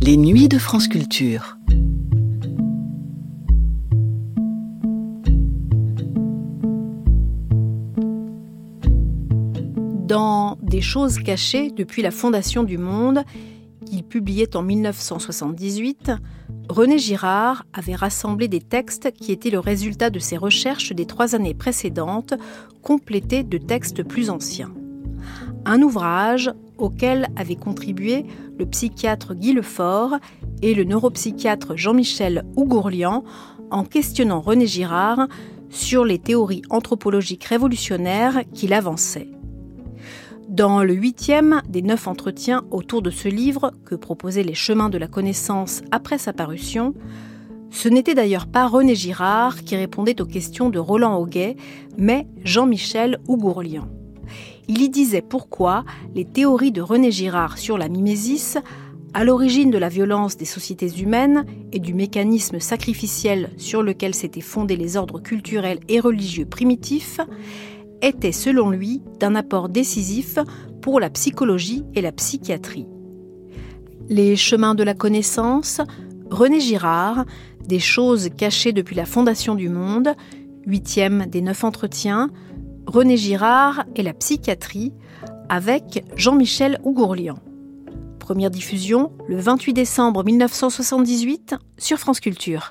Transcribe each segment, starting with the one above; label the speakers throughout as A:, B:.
A: Les nuits de France Culture. Dans Des choses cachées depuis la fondation du monde, qu'il publiait en 1978, René Girard avait rassemblé des textes qui étaient le résultat de ses recherches des 3 années précédentes, complétés de textes plus anciens. Un ouvrage auquel avaient contribué le psychiatre Guy Lefort et le neuropsychiatre Jean-Michel Hougourlian en questionnant René Girard sur les théories anthropologiques révolutionnaires qu'il avançait. Dans le 8e des 9 entretiens autour de ce livre que proposaient les chemins de la connaissance après sa parution, ce n'était d'ailleurs pas René Girard qui répondait aux questions de Roland Auguet, mais Jean-Michel Hougourlian. Il y disait pourquoi les théories de René Girard sur la mimésis, à l'origine de la violence des sociétés humaines et du mécanisme sacrificiel sur lequel s'étaient fondés les ordres culturels et religieux primitifs, étaient selon lui d'un apport décisif pour la psychologie et la psychiatrie. Les chemins de la connaissance, René Girard, des choses cachées depuis la fondation du monde, 8e des 9 entretiens, René Girard et la psychiatrie, avec Jean-Michel Hougourlian. Première diffusion le 28 décembre 1978 sur France Culture.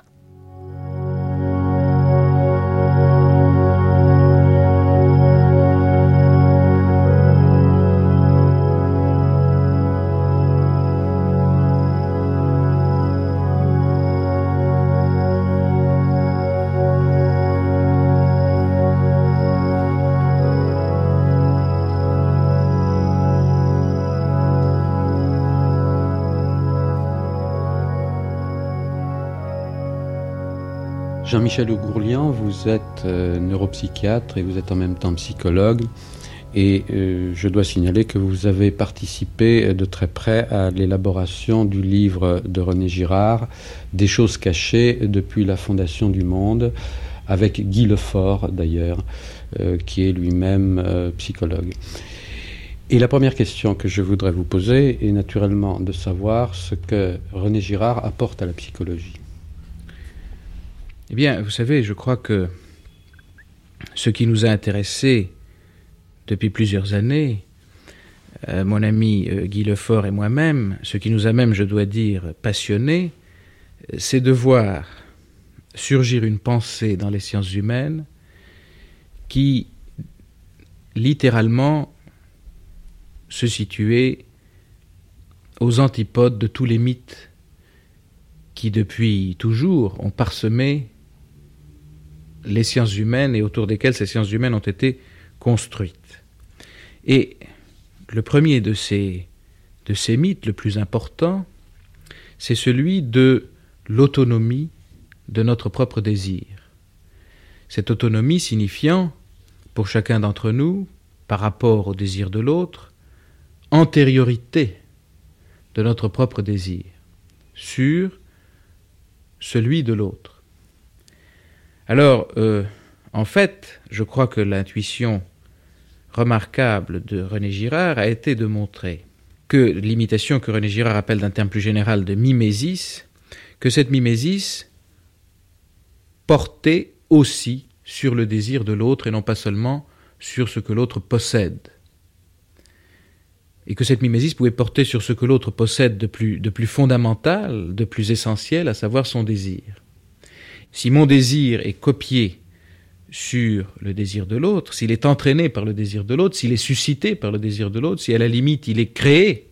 B: Jean-Michel Hougourlian, vous êtes neuropsychiatre et vous êtes en même temps psychologue. Et je dois signaler que vous avez participé de très près à l'élaboration du livre de René Girard, Des choses cachées depuis la fondation du monde, avec Guy Lefort d'ailleurs, qui est lui-même psychologue. Et la première question que je voudrais vous poser est naturellement de savoir ce que René Girard apporte à la psychologie.
C: Eh bien, vous savez, je crois que ce qui nous a intéressés depuis plusieurs années, mon ami Guy Lefort et moi-même, ce qui nous a même, je dois dire, passionnés, c'est de voir surgir une pensée dans les sciences humaines qui, littéralement, se situait aux antipodes de tous les mythes qui, depuis toujours, ont parsemé les sciences humaines et autour desquelles ces sciences humaines ont été construites. Et le premier de ces mythes, le plus important, c'est celui de l'autonomie de notre propre désir. Cette autonomie signifiant, pour chacun d'entre nous, par rapport au désir de l'autre, antériorité de notre propre désir sur celui de l'autre. Alors, en fait, je crois que l'intuition remarquable de René Girard a été de montrer que l'imitation que René Girard appelle d'un terme plus général de mimésis, que cette mimésis portait aussi sur le désir de l'autre et non pas seulement sur ce que l'autre possède. Et que cette mimésis pouvait porter sur ce que l'autre possède de plus fondamental, de plus essentiel, à savoir son désir. Si mon désir est copié sur le désir de l'autre, s'il est entraîné par le désir de l'autre, s'il est suscité par le désir de l'autre, si à la limite il est créé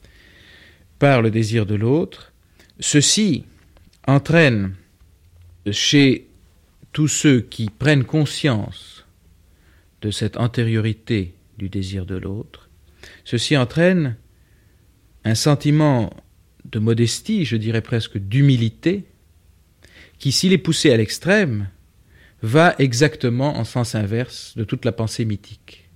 C: par le désir de l'autre, ceci entraîne chez tous ceux qui prennent conscience de cette antériorité du désir de l'autre, ceci entraîne un sentiment de modestie, je dirais presque d'humilité, qui, s'il est poussé à l'extrême, va exactement en sens inverse de toute la pensée mythique.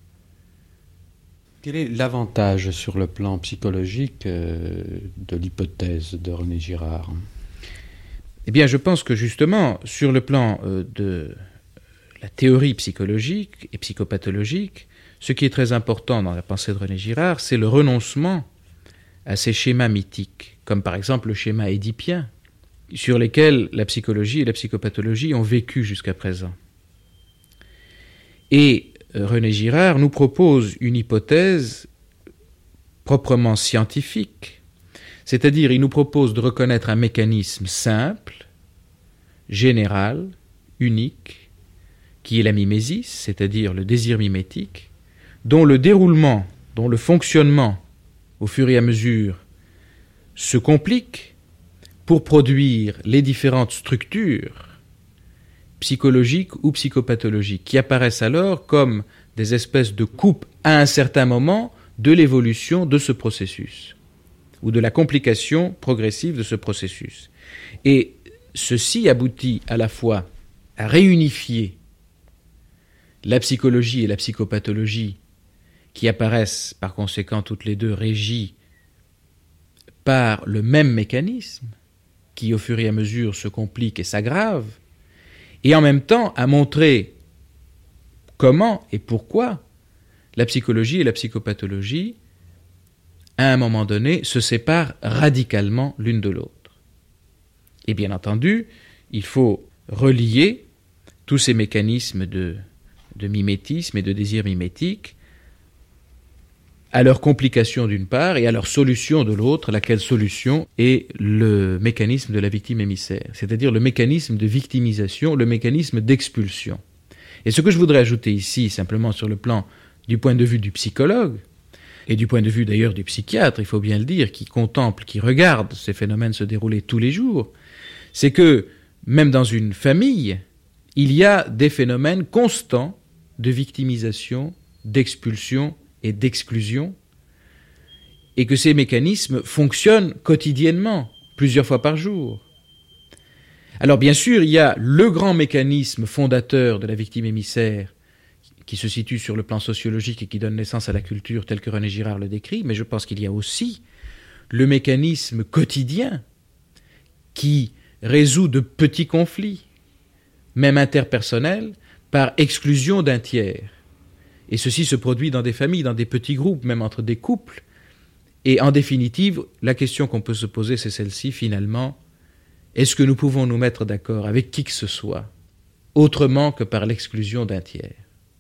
B: Quel est l'avantage sur le plan psychologique de l'hypothèse de René Girard ?
C: Eh bien, je pense que justement, sur le plan de la théorie psychologique et psychopathologique, ce qui est très important dans la pensée de René Girard, c'est le renoncement à ces schémas mythiques, comme par exemple le schéma édipien, sur lesquels la psychologie et la psychopathologie ont vécu jusqu'à présent. Et René Girard nous propose une hypothèse proprement scientifique, c'est-à-dire il nous propose de reconnaître un mécanisme simple, général, unique, qui est la mimésis, c'est-à-dire le désir mimétique, dont le déroulement, dont le fonctionnement, au fur et à mesure, se complique pour produire les différentes structures psychologiques ou psychopathologiques, qui apparaissent alors comme des espèces de coupes à un certain moment de l'évolution de ce processus, ou de la complication progressive de ce processus. Et ceci aboutit à la fois à réunifier la psychologie et la psychopathologie, qui apparaissent par conséquent toutes les deux régies par le même mécanisme, qui au fur et à mesure se complique et s'aggrave, et en même temps à montrer comment et pourquoi la psychologie et la psychopathologie, à un moment donné, se séparent radicalement l'une de l'autre. Et bien entendu, il faut relier tous ces mécanismes de mimétisme et de désir mimétique à leur complication d'une part et à leur solution de l'autre, laquelle solution est le mécanisme de la victime émissaire, c'est-à-dire le mécanisme de victimisation, le mécanisme d'expulsion. Et ce que je voudrais ajouter ici, simplement sur le plan du point de vue du psychologue, et du point de vue d'ailleurs du psychiatre, il faut bien le dire, qui contemple, qui regarde ces phénomènes se dérouler tous les jours, c'est que même dans une famille, il y a des phénomènes constants de victimisation, d'expulsion et d'exclusion, et que ces mécanismes fonctionnent quotidiennement, plusieurs fois par jour. Alors bien sûr, il y a le grand mécanisme fondateur de la victime émissaire, qui se situe sur le plan sociologique et qui donne naissance à la culture tel que René Girard le décrit, mais je pense qu'il y a aussi le mécanisme quotidien qui résout de petits conflits, même interpersonnels, par exclusion d'un tiers. Et ceci se produit dans des familles, dans des petits groupes, même entre des couples. Et en définitive, la question qu'on peut se poser, c'est celle-ci, finalement. Est-ce que nous pouvons nous mettre d'accord avec qui que ce soit, autrement que par l'exclusion d'un tiers ?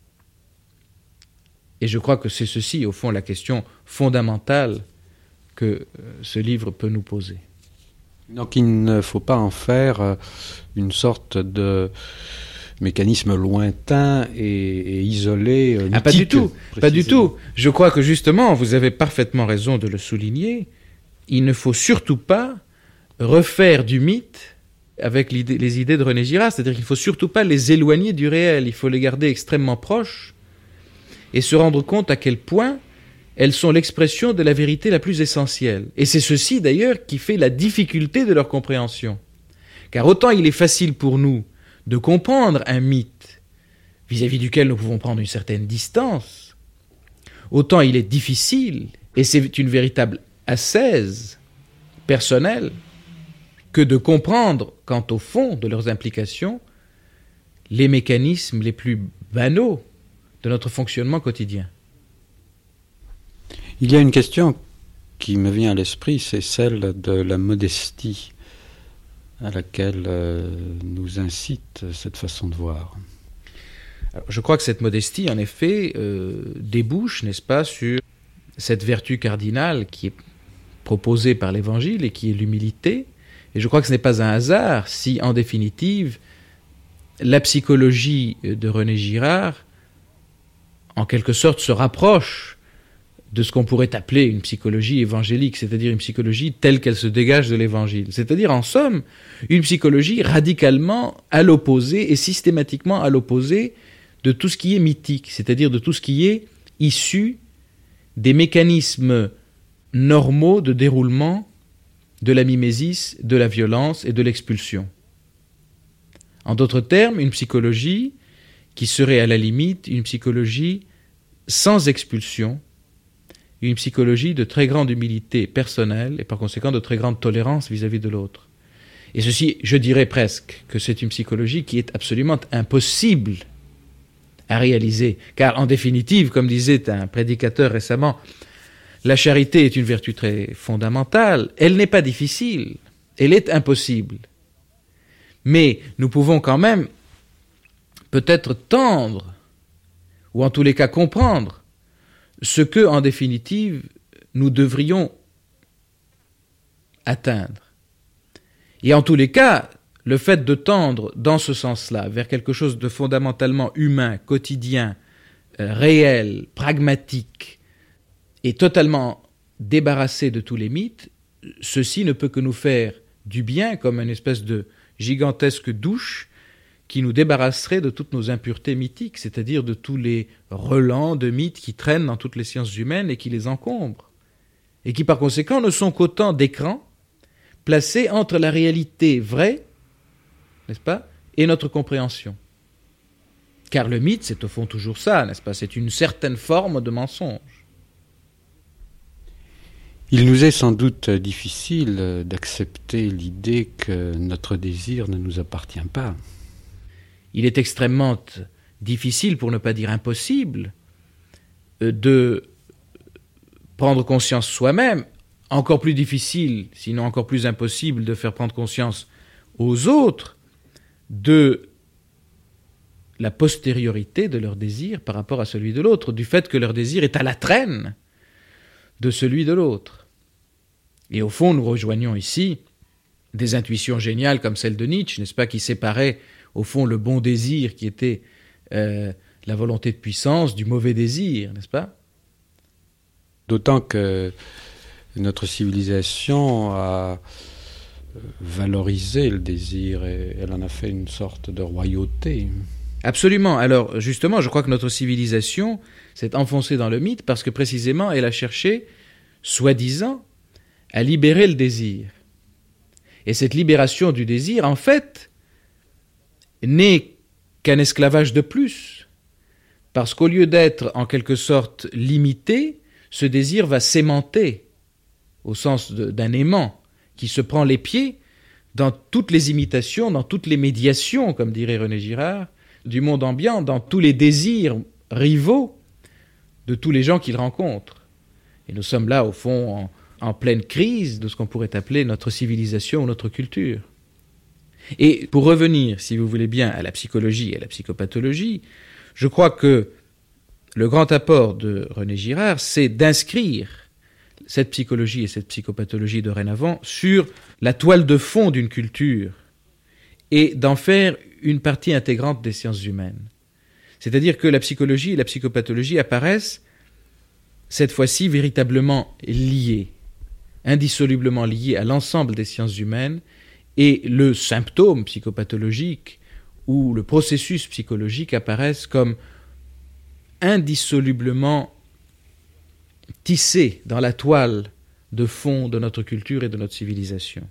C: Et je crois que c'est ceci, au fond, la question fondamentale que ce livre peut nous poser.
B: Donc il ne faut pas en faire une sorte de mécanisme lointain et isolé.
C: Pas du tout, pas du tout. Je crois que justement, vous avez parfaitement raison de le souligner, il ne faut surtout pas refaire du mythe avec les idées de René Girard, c'est-à-dire qu'il ne faut surtout pas les éloigner du réel, il faut les garder extrêmement proches et se rendre compte à quel point elles sont l'expression de la vérité la plus essentielle. Et c'est ceci d'ailleurs qui fait la difficulté de leur compréhension. Car autant il est facile pour nous de comprendre un mythe vis-à-vis duquel nous pouvons prendre une certaine distance, autant il est difficile, et c'est une véritable ascèse personnelle, que de comprendre, quant au fond de leurs implications, les mécanismes les plus banaux de notre fonctionnement quotidien.
B: Il y a une question qui me vient à l'esprit, c'est celle de la modestie à laquelle nous incite cette façon de voir.
C: Alors, je crois que cette modestie, en effet, débouche, n'est-ce pas, sur cette vertu cardinale qui est proposée par l'Évangile et qui est l'humilité. Et je crois que ce n'est pas un hasard si, en définitive, la psychologie de René Girard, en quelque sorte, se rapproche de ce qu'on pourrait appeler une psychologie évangélique, c'est-à-dire une psychologie telle qu'elle se dégage de l'Évangile. C'est-à-dire, en somme, une psychologie radicalement à l'opposé et systématiquement à l'opposé de tout ce qui est mythique, c'est-à-dire de tout ce qui est issu des mécanismes normaux de déroulement de la mimésis, de la violence et de l'expulsion. En d'autres termes, une psychologie qui serait à la limite une psychologie sans expulsion, une psychologie de très grande humilité personnelle et par conséquent de très grande tolérance vis-à-vis de l'autre. Et ceci, je dirais presque que c'est une psychologie qui est absolument impossible à réaliser, car en définitive, comme disait un prédicateur récemment, la charité est une vertu très fondamentale. Elle n'est pas difficile, elle est impossible. Mais nous pouvons quand même peut-être tendre, ou en tous les cas comprendre, ce que, en définitive, nous devrions atteindre. Et en tous les cas, le fait de tendre dans ce sens-là, vers quelque chose de fondamentalement humain, quotidien, réel, pragmatique, et totalement débarrassé de tous les mythes, ceci ne peut que nous faire du bien, comme une espèce de gigantesque douche qui nous débarrasserait de toutes nos impuretés mythiques, c'est-à-dire de tous les relents de mythes qui traînent dans toutes les sciences humaines et qui les encombrent, et qui par conséquent ne sont qu'autant d'écrans placés entre la réalité vraie, n'est-ce pas, et notre compréhension. Car le mythe, c'est au fond toujours ça, n'est-ce pas, c'est une certaine forme de mensonge.
B: Il nous est sans doute difficile d'accepter l'idée que notre désir ne nous appartient pas.
C: Il est extrêmement difficile, pour ne pas dire impossible, de prendre conscience soi-même, encore plus difficile, sinon encore plus impossible, de faire prendre conscience aux autres de la postériorité de leur désir par rapport à celui de l'autre, du fait que leur désir est à la traîne de celui de l'autre. Et au fond, nous rejoignons ici des intuitions géniales comme celle de Nietzsche, n'est-ce pas, qui séparait au fond le bon désir qui était la volonté de puissance du mauvais désir, n'est-ce pas?
B: D'autant que notre civilisation a valorisé le désir et elle en a fait une sorte de royauté.
C: Absolument. Alors justement, je crois que notre civilisation s'est enfoncée dans le mythe parce que précisément elle a cherché, soi-disant, à libérer le désir. Et cette libération du désir, en fait, n'est qu'un esclavage de plus. Parce qu'au lieu d'être en quelque sorte limité, ce désir va s'aimanter, au sens d'un aimant, qui se prend les pieds dans toutes les imitations, dans toutes les médiations, comme dirait René Girard, du monde ambiant, dans tous les désirs rivaux de tous les gens qu'il rencontre. Et nous sommes là, au fond, en pleine crise de ce qu'on pourrait appeler notre civilisation ou notre culture. Et pour revenir, si vous voulez bien, à la psychologie et à la psychopathologie, je crois que le grand apport de René Girard, c'est d'inscrire cette psychologie et cette psychopathologie dorénavant sur la toile de fond d'une culture et d'en faire une partie intégrante des sciences humaines. C'est-à-dire que la psychologie et la psychopathologie apparaissent cette fois-ci véritablement liées, indissolublement liées à l'ensemble des sciences humaines, et le symptôme psychopathologique ou le processus psychologique apparaissent comme indissolublement tissés dans la toile de fond de notre culture et de notre civilisation.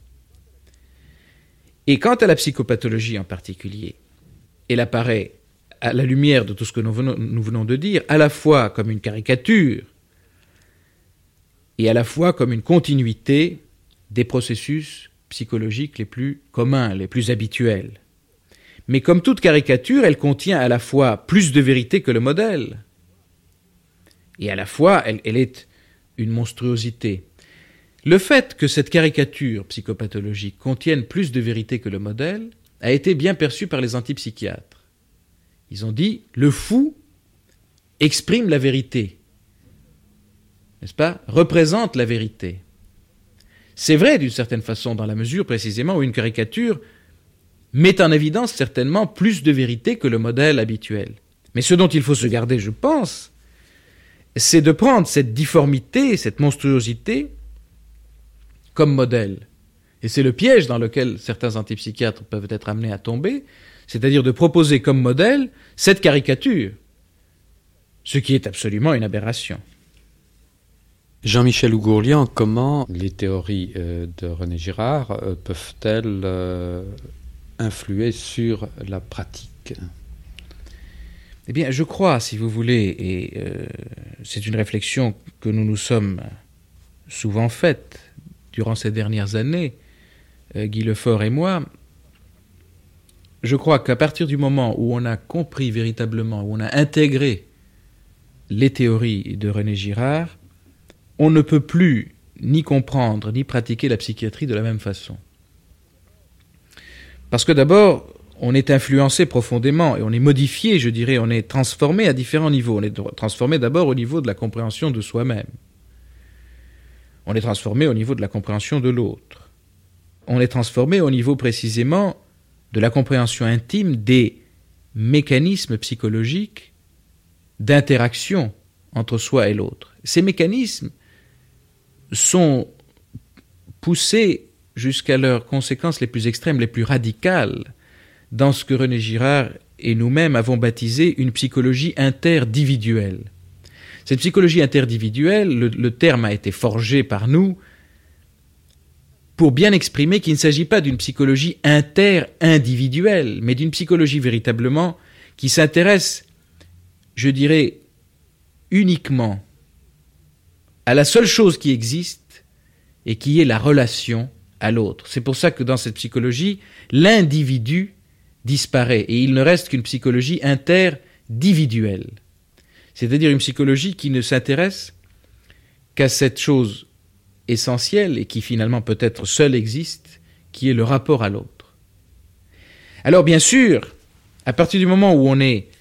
C: Et quant à la psychopathologie en particulier, elle apparaît à la lumière de tout ce que nous venons de dire, à la fois comme une caricature et à la fois comme une continuité des processus psychologiques les plus communs, les plus habituels. Mais comme toute caricature, elle contient à la fois plus de vérité que le modèle, et à la fois elle est une monstruosité. Le fait que cette caricature psychopathologique contienne plus de vérité que le modèle a été bien perçu par les antipsychiatres. Ils ont dit « le fou exprime la vérité », n'est-ce pas, représente la vérité. C'est vrai d'une certaine façon, dans la mesure précisément où une caricature met en évidence certainement plus de vérité que le modèle habituel. Mais ce dont il faut se garder, je pense, c'est de prendre cette difformité, cette monstruosité comme modèle. Et c'est le piège dans lequel certains antipsychiatres peuvent être amenés à tomber, c'est-à-dire de proposer comme modèle cette caricature, ce qui est absolument une aberration.
B: Jean-Michel Hougourlian, comment les théories de René Girard peuvent-elles influer sur la pratique ?
C: Eh bien, je crois, si vous voulez, et c'est une réflexion que nous nous sommes souvent faite durant ces dernières années, Guy Lefort et moi, je crois qu'à partir du moment où on a compris véritablement, où on a intégré les théories de René Girard, on ne peut plus ni comprendre ni pratiquer la psychiatrie de la même façon. Parce que d'abord, on est influencé profondément et on est modifié, je dirais, on est transformé à différents niveaux. On est transformé d'abord au niveau de la compréhension de soi-même. On est transformé au niveau de la compréhension de l'autre. On est transformé au niveau précisément de la compréhension intime des mécanismes psychologiques d'interaction entre soi et l'autre. Ces mécanismes sont poussés jusqu'à leurs conséquences les plus extrêmes, les plus radicales, dans ce que René Girard et nous-mêmes avons baptisé une psychologie interdividuelle. Cette psychologie interdividuelle, le terme a été forgé par nous pour bien exprimer qu'il ne s'agit pas d'une psychologie inter-individuelle, mais d'une psychologie véritablement qui s'intéresse, je dirais, uniquement à la seule chose qui existe et qui est la relation à l'autre. C'est pour ça que dans cette psychologie, l'individu disparaît et il ne reste qu'une psychologie interdividuelle. C'est-à-dire une psychologie qui ne s'intéresse qu'à cette chose essentielle et qui finalement peut-être seule existe, qui est le rapport à l'autre. Alors bien sûr, à partir du moment où on est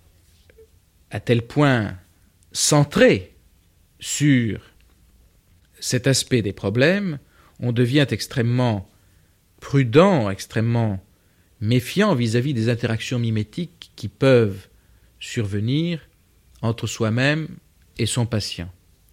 C: à tel point centré sur cet aspect des problèmes, on devient extrêmement prudent, extrêmement méfiant vis-à-vis des interactions mimétiques qui peuvent survenir entre soi-même et son patient.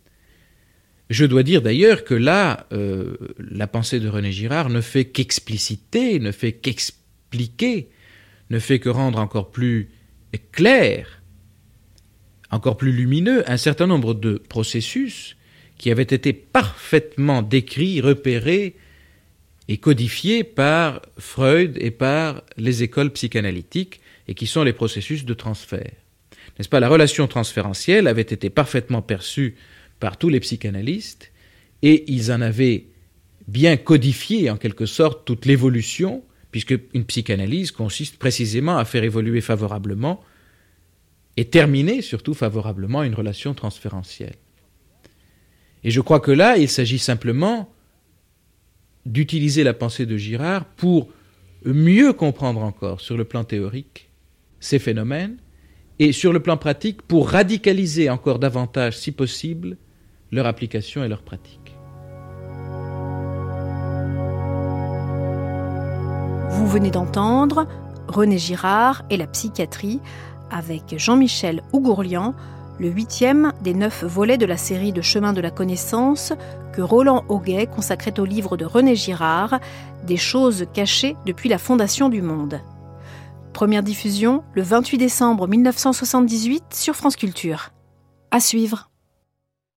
C: Je dois dire d'ailleurs que là, la pensée de René Girard ne fait qu'expliciter, ne fait qu'expliquer, ne fait que rendre encore plus clair, encore plus lumineux un certain nombre de processus qui avaient été parfaitement décrits, repérés et codifiés par Freud et par les écoles psychanalytiques et qui sont les processus de transfert. N'est-ce pas, la relation transférentielle avait été parfaitement perçue par tous les psychanalystes et ils en avaient bien codifié en quelque sorte toute l'évolution, puisque une psychanalyse consiste précisément à faire évoluer favorablement et terminer surtout favorablement une relation transférentielle. Et je crois que là, il s'agit simplement d'utiliser la pensée de Girard pour mieux comprendre encore sur le plan théorique ces phénomènes et sur le plan pratique pour radicaliser encore davantage, si possible, leur application et leur pratique.
A: Vous venez d'entendre René Girard et la psychiatrie avec Jean-Michel Hougourlian, le 8e des 9 volets de la série de Chemin de la connaissance que Roland Auguet consacrait au livre de René Girard, Des choses cachées depuis la fondation du monde. Première diffusion le 28 décembre 1978 sur France Culture. À suivre.